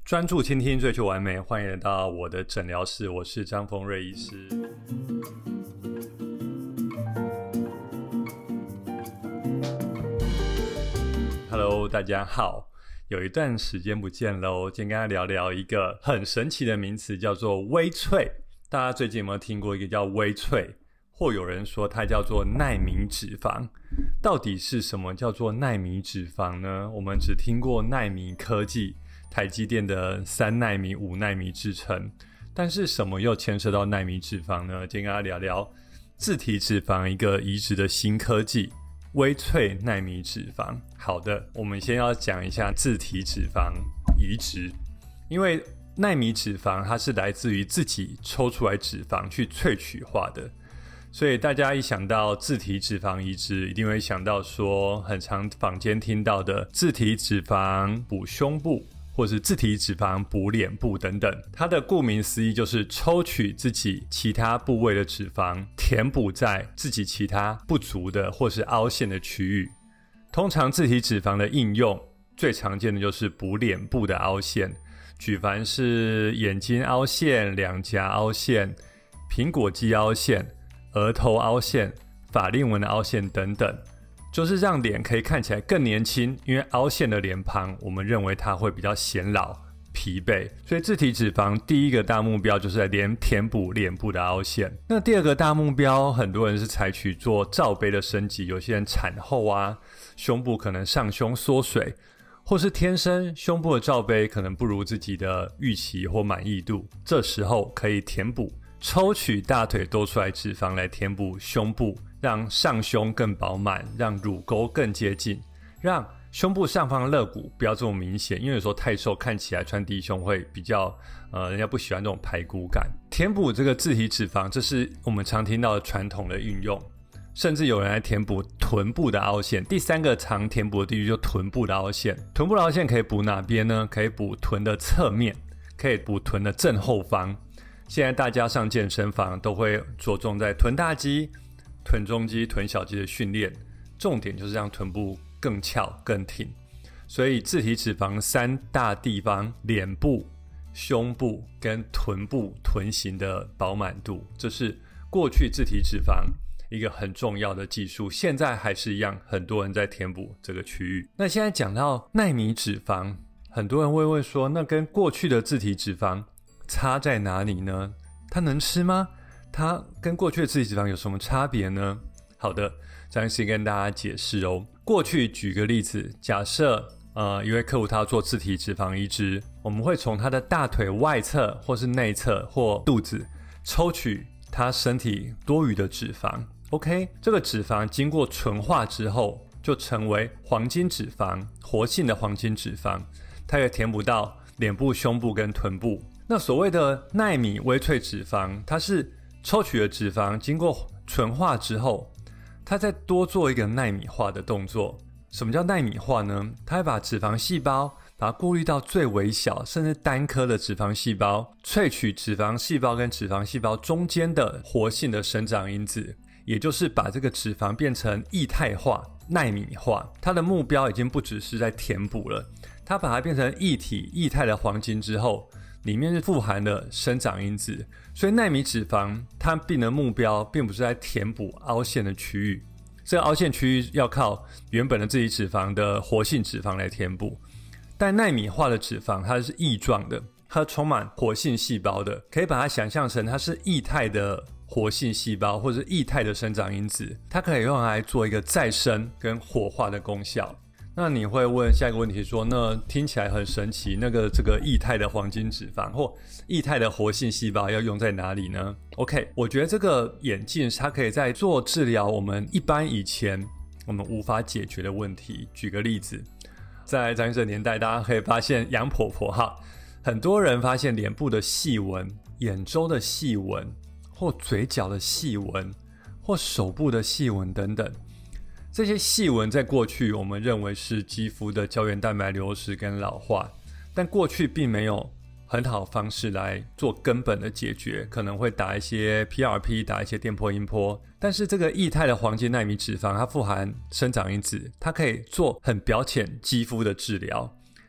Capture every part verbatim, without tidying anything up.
专注倾听，追求完美，欢迎来到我的诊疗室，我是张丰瑞医师。Hello， 大家好，有一段时间不见喽，今天跟大家聊聊一个很神奇的名词，叫做微萃。大家最近有没有听过一个叫微萃，或有人说它叫做奈米脂肪？到底是什么叫做奈米脂肪呢？我们只听过奈米科技，台积电的三奈米、五奈米制程，但是什么又牵涉到奈米脂肪呢？今天跟大家聊聊自体脂肪一个移植的新科技——微萃奈米脂肪。好的，我们先要讲一下自体脂肪移植，因为奈米脂肪它是来自于自己抽出来脂肪去萃取化的，所以大家一想到自体脂肪移植，一定会想到说很常坊间听到的自体脂肪补胸部，或是自体脂肪补脸部等等。它的顾名思义就是抽取自己其他部位的脂肪，填补在自己其他不足的或是凹陷的区域。通常自体脂肪的应用最常见的就是补脸部的凹陷，举凡是眼睛凹陷、两颊凹陷、苹果肌凹陷、额头凹陷、法令纹的凹陷等等，就是让脸可以看起来更年轻。因为凹陷的脸庞，我们认为它会比较显老、疲惫，所以自体脂肪第一个大目标就是来填补脸部的凹陷。那第二个大目标，很多人是采取做罩杯的升级，有些人产后啊，胸部可能上胸缩水，或是天生胸部的罩杯可能不如自己的预期或满意度，这时候可以填补，抽取大腿多出来脂肪来填补胸部，让上胸更饱满，让乳沟更接近，让胸部上方的肋骨不要这么明显，因为有时候太瘦看起来穿低胸会比较呃，人家不喜欢这种排骨感。填补这个自体脂肪，这是我们常听到的传统的运用，甚至有人来填补臀部的凹陷。第三个常填补的地区就臀部的凹陷。臀部的凹陷可以补哪边呢？可以补臀的侧面，可以补臀的正后方。现在大家上健身房都会着重在臀大肌、臀中肌、臀小肌的训练，重点就是让臀部更翘更挺。所以自体脂肪三大地方，脸部、胸部跟臀部臀型的饱满度，这是过去自体脂肪一个很重要的技术，现在还是一样，很多人在填补这个区域。那现在讲到奈米脂肪，很多人会问说，那跟过去的自体脂肪差在哪里呢？它能吃吗？它跟过去的自体脂肪有什么差别呢？好的，张医师跟大家解释哦。过去举个例子，假设呃一位客户他要做自体脂肪移植，我们会从他的大腿外侧或是内侧或肚子抽取他身体多余的脂肪。OK， 这个脂肪经过纯化之后，就成为黄金脂肪，活性的黄金脂肪，它可以填补到脸部、胸部跟臀部。那所谓的奈米微萃脂肪，它是抽取的脂肪经过纯化之后，它再多做一个奈米化的动作。什么叫奈米化呢？它会把脂肪细胞把它过滤到最微小甚至单颗的脂肪细胞，萃取脂肪细胞跟脂肪细胞中间的活性的生长因子，也就是把这个脂肪变成液态化、奈米化。它的目标已经不只是在填补了，它把它变成液体液态的黄金之后，里面是富含了生长因子。所以奈米脂肪它并的目标并不是在填补凹陷的区域，这个凹陷区域要靠原本的自体脂肪的活性脂肪来填补，但奈米化的脂肪它是液状的，它充满活性细胞的，可以把它想象成它是液态的活性细胞或者液态的生长因子，它可以用来做一个再生跟活化的功效。那你会问下一个问题说，那听起来很神奇，那个这个液态的黄金脂肪或液态的活性细胞要用在哪里呢？ OK， 我觉得这个眼镜它可以在做治疗我们一般以前我们无法解决的问题。举个例子，在张医生年代，大家可以发现杨婆婆哈，很多人发现脸部的细纹、眼周的细纹或嘴角的细纹或手部的细纹等等，这些细纹在过去我们认为是肌肤的胶原蛋白流失跟老化，但过去并没有很好的方式来做根本的解决，可能会打一些 P R P， 打一些电波音波。但是这个液态的黄金奈米脂肪，它富含生长因子，它可以做很表浅肌肤的治疗，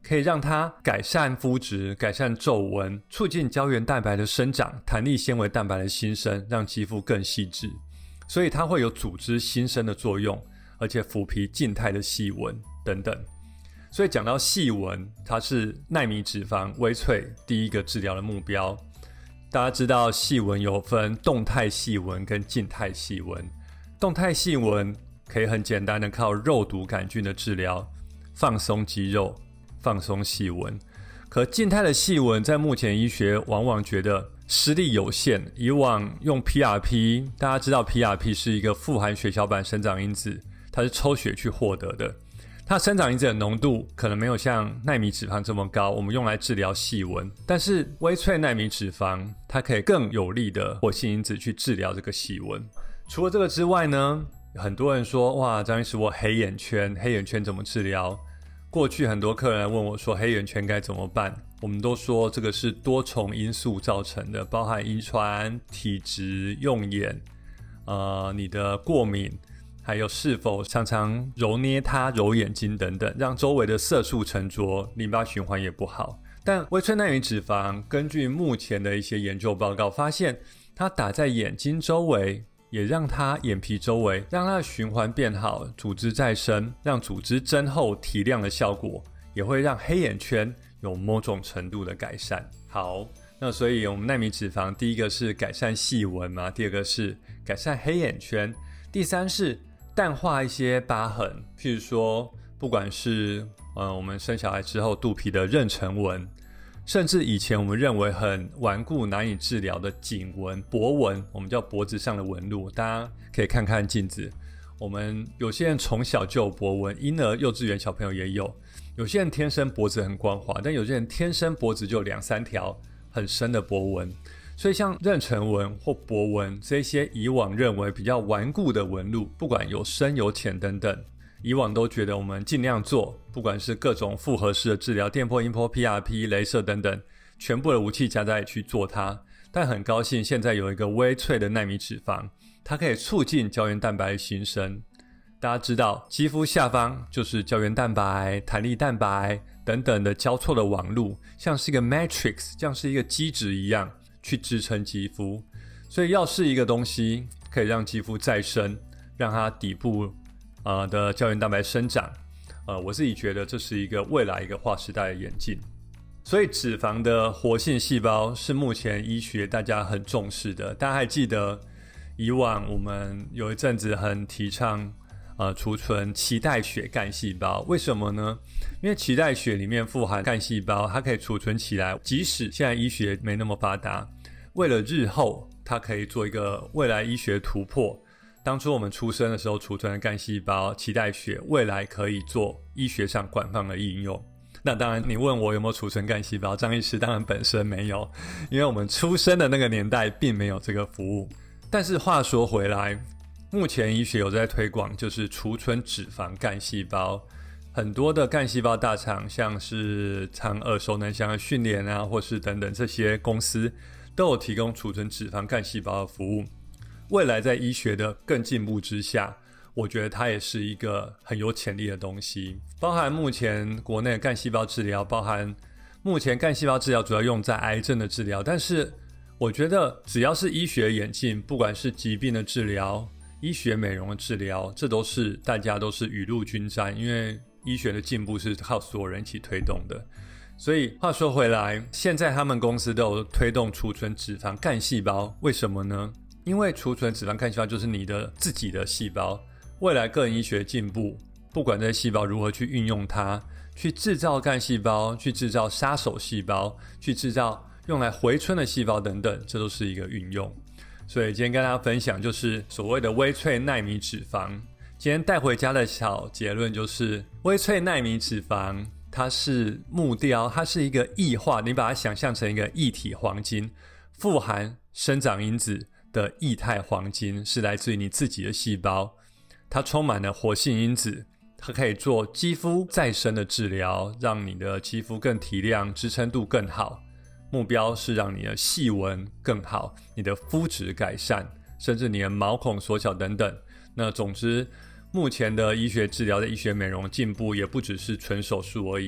可以让它改善肤质，改善皱纹，促进胶原蛋白的生长，弹力纤维蛋白的新生，让肌肤更细致。所以它会有组织新生的作用，而且抚皮静态的细纹等等。所以讲到细纹，它是奈米脂肪微萃第一个治疗的目标。大家知道细纹有分动态细纹跟静态细纹，动态细纹可以很简单的靠肉毒杆菌的治疗，放松肌肉，放松细纹。可静态的细纹在目前医学往往觉得施力有限，以往用 P R P， 大家知道 P R P 是一个富含血小板生长因子，它是抽血去获得的，它生长因子的浓度可能没有像奈米脂肪这么高，我们用来治疗细纹。但是微萃奈米脂肪它可以更有力的活性因子去治疗这个细纹。除了这个之外呢，很多人说哇，张医师，我黑眼圈，黑眼圈怎么治疗？过去很多客人问我说黑眼圈该怎么办，我们都说这个是多重因素造成的，包含遗传、体质、用眼、呃、你的过敏，还有是否常常揉捏它、揉眼睛等等，让周围的色素沉着，淋巴循环也不好。但微萃奈米脂肪根据目前的一些研究报告发现，它打在眼睛周围，也让它眼皮周围，让它的循环变好，组织再生，让组织增厚提亮的效果，也会让黑眼圈有某种程度的改善。好，那所以我们奈米脂肪第一个是改善细纹嘛，第二个是改善黑眼圈，第三是淡化一些疤痕，譬如说不管是、呃、我们生小孩之后肚皮的妊娠纹，甚至以前我们认为很顽固难以治疗的颈纹、脖纹，我们叫脖子上的纹路，大家可以看看镜子。我们有些人从小就有脖纹，婴儿、幼稚园小朋友也有。有些人天生脖子很光滑，但有些人天生脖子就有两三条很深的脖纹。所以像妊娠纹或脖纹这些以往认为比较顽固的纹路，不管有深有浅等等，以往都觉得我们尽量做，不管是各种复合式的治疗，电波、音波、P R P、雷射等等，全部的武器加在去做它。但很高兴现在有一个微萃的奈米脂肪，它可以促进胶原蛋白的新生。大家知道肌肤下方就是胶原蛋白、弹力蛋白等等的交错的网路，像是一个 matrix， 像是一个基质一样去支撑肌肤。所以要是一个东西可以让肌肤再生，让它底部呃、的胶原蛋白生长，呃，我自己觉得这是一个未来一个划时代的演进。所以脂肪的活性细胞是目前医学大家很重视的。大家还记得以往我们有一阵子很提倡呃储存脐带血干细胞，为什么呢？因为脐带血里面富含干细胞，它可以储存起来，即使现在医学没那么发达，为了日后它可以做一个未来医学突破。当初我们出生的时候储存的干细胞、脐带血，未来可以做医学上广泛的应用。那当然你问我有没有储存干细胞，张医师当然本身没有，因为我们出生的那个年代并没有这个服务。但是话说回来，目前医学有在推广就是储存脂肪干细胞，很多的干细胞大厂，像是常耳熟能详的讯联啊，或是等等这些公司都有提供储存脂肪干细胞的服务。未来在医学的更进步之下，我觉得它也是一个很有潜力的东西。包含目前国内的干细胞治疗，包含目前干细胞治疗主要用在癌症的治疗，但是我觉得只要是医学演进，不管是疾病的治疗、医学美容的治疗，这都是大家都是雨露均沾，因为医学的进步是靠所有人一起推动的。所以话说回来，现在他们公司都有推动储存脂肪干细胞，为什么呢？因为储存脂肪干细胞就是你的自己的细胞，未来个人医学进步，不管这些细胞如何去运用它，去制造干细胞，去制造杀手细胞，去制造用来回春的细胞等等，这都是一个运用。所以今天跟大家分享就是所谓的微萃奈米脂肪。今天带回家的小结论就是，微萃奈米脂肪它是木雕，它是一个液化，你把它想象成一个液体黄金，富含生长因子的液态黄金，是来自于你自己的细胞，它充满了活性因子，它可以做肌肤再生的治疗，让你的肌肤更提亮，支撑度更好。目标是让你的细纹更好，你的肤质改善，甚至你的毛孔缩小等等。那总之，目前的医学治疗的医学美容进步也不只是纯手术而已，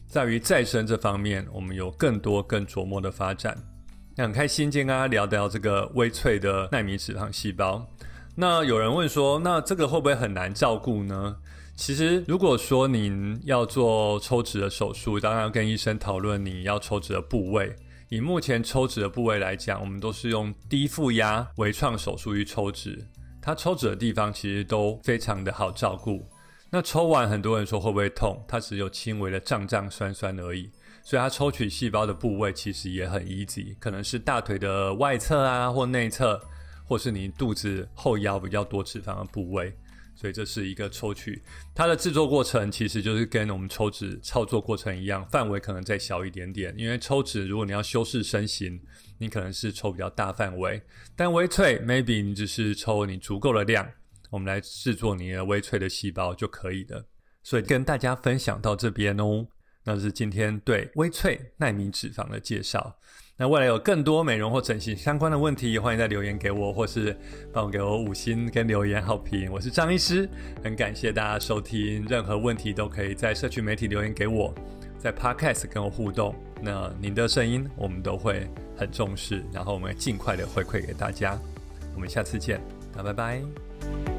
在于再生这方面，我们有更多更琢磨的发展。那很开心今天跟大家聊聊这个微脆的奈米脂肪细胞。那有人问说，那这个会不会很难照顾呢？其实如果说您要做抽脂的手术，当然要跟医生讨论你要抽脂的部位。以目前抽脂的部位来讲，我们都是用低负压微创手术去抽脂，它抽脂的地方其实都非常的好照顾。那抽完很多人说会不会痛，它只有轻微的胀胀酸酸而已，所以它抽取细胞的部位其实也很 easy， 可能是大腿的外侧啊，或内侧，或是你肚子后腰比较多脂肪的部位，所以这是一个抽取。它的制作过程其实就是跟我们抽脂操作过程一样，范围可能再小一点点，因为抽脂如果你要修饰身形，你可能是抽比较大范围，但微脆 maybe 你只是抽你足够的量，我们来制作你的微脆的细胞就可以了。所以跟大家分享到这边哦，那是今天对微脆奈米脂肪的介绍。那未来有更多美容或整形相关的问题，欢迎再留言给我，或是帮我给我五星跟留言好评。我是张医师，很感谢大家收听，任何问题都可以在社群媒体留言给我，在 Podcast 跟我互动。那您的声音我们都会很重视，然后我们会尽快的回馈给大家。我们下次见，大家拜拜。